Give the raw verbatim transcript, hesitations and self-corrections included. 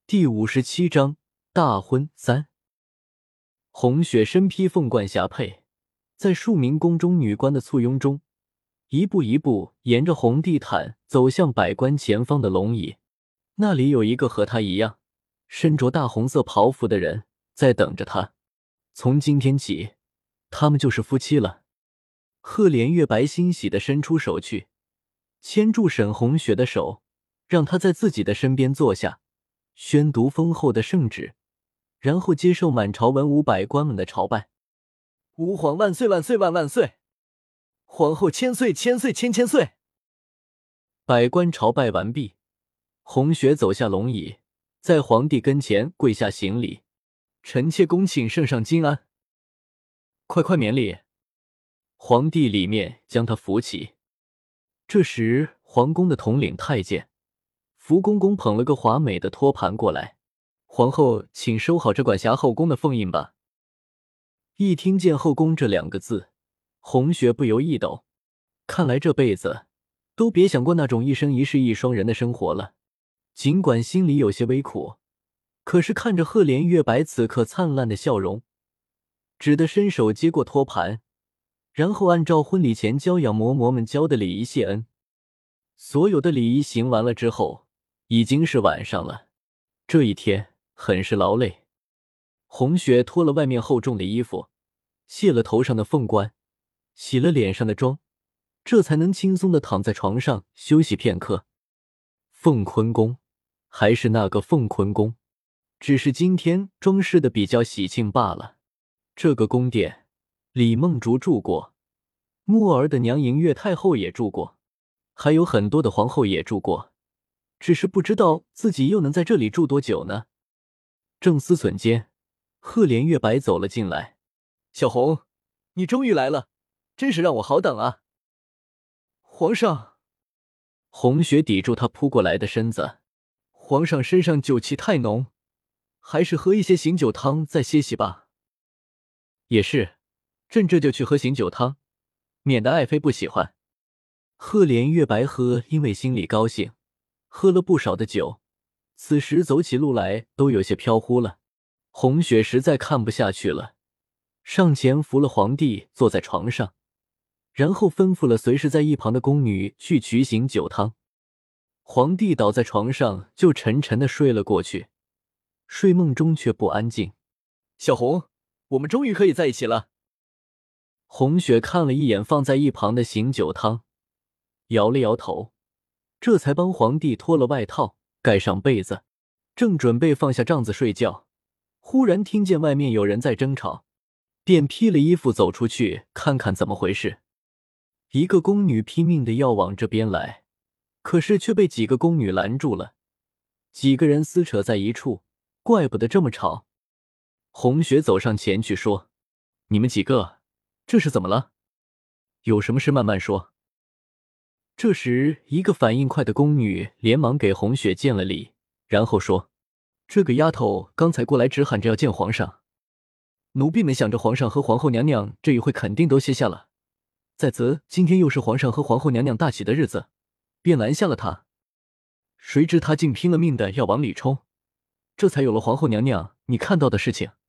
第五十七章大婚三。红雪身披凤冠霞帔，在数名宫中女官的簇拥中，一步一步沿着红地毯走向百官前方的龙椅。那里有一个和她一样身着大红色袍服的人在等着她。从今天起，他们就是夫妻了。赫连月白欣喜地伸出手去，牵住沈红雪的手，让她在自己的身边坐下，宣读丰厚的圣旨，然后接受满朝文武百官们的朝拜。吾皇万岁万岁万万岁！皇后千岁千岁千千岁！百官朝拜完毕，红雪走下龙椅，在皇帝跟前跪下行礼：“臣妾恭请圣上金安。”“快快免礼！”皇帝里面将他扶起。这时皇宫的统领太监福公公捧了个华美的托盘过来：“皇后请收好这管辖后宫的凤印吧。”一听见后宫这两个字，红雪不由一抖，看来这辈子都别想过那种一生一世一双人的生活了。尽管心里有些微苦，可是看着赫连月白此刻灿烂的笑容，只得伸手接过托盘，然后按照婚礼前教养嬷嬷们教的礼仪谢恩。所有的礼仪行完了之后，已经是晚上了。这一天很是劳累，红雪脱了外面厚重的衣服，卸了头上的凤冠，洗了脸上的妆，这才能轻松地躺在床上休息片刻。凤坤宫还是那个凤坤宫，只是今天装饰的比较喜庆罢了。这个宫殿李梦竹住过，木儿的娘迎月太后也住过，还有很多的皇后也住过，只是不知道自己又能在这里住多久呢。正思忖间，赫连月白走了进来：“小红，你终于来了，真是让我好等啊。”“皇上。”红雪抵住他扑过来的身子：“皇上身上酒气太浓，还是喝一些醒酒汤再歇息吧。”“也是，朕这就去喝醒酒汤，免得爱妃不喜欢。”赫连月白喝，因为心里高兴，喝了不少的酒，此时走起路来都有些飘忽了。红雪实在看不下去了，上前扶了皇帝坐在床上，然后吩咐了随侍在一旁的宫女去取醒酒汤。皇帝倒在床上就沉沉地睡了过去，睡梦中却不安静。“小红，我们终于可以在一起了。”红雪看了一眼放在一旁的醒酒汤，摇了摇头，这才帮皇帝脱了外套，盖上被子，正准备放下帐子睡觉，忽然听见外面有人在争吵，便披了衣服走出去看看怎么回事。一个宫女拼命的要往这边来，可是却被几个宫女拦住了，几个人撕扯在一处，怪不得这么吵。红雪走上前去说：“你们几个这是怎么了？有什么事慢慢说。”这时一个反应快的宫女连忙给红雪见了礼，然后说：“这个丫头刚才过来只喊着要见皇上，奴婢们想着皇上和皇后娘娘这一会肯定都歇下了，再则今天又是皇上和皇后娘娘大喜的日子，便拦下了她。谁知她竟拼了命的要往里冲，这才有了皇后娘娘你看到的事情。”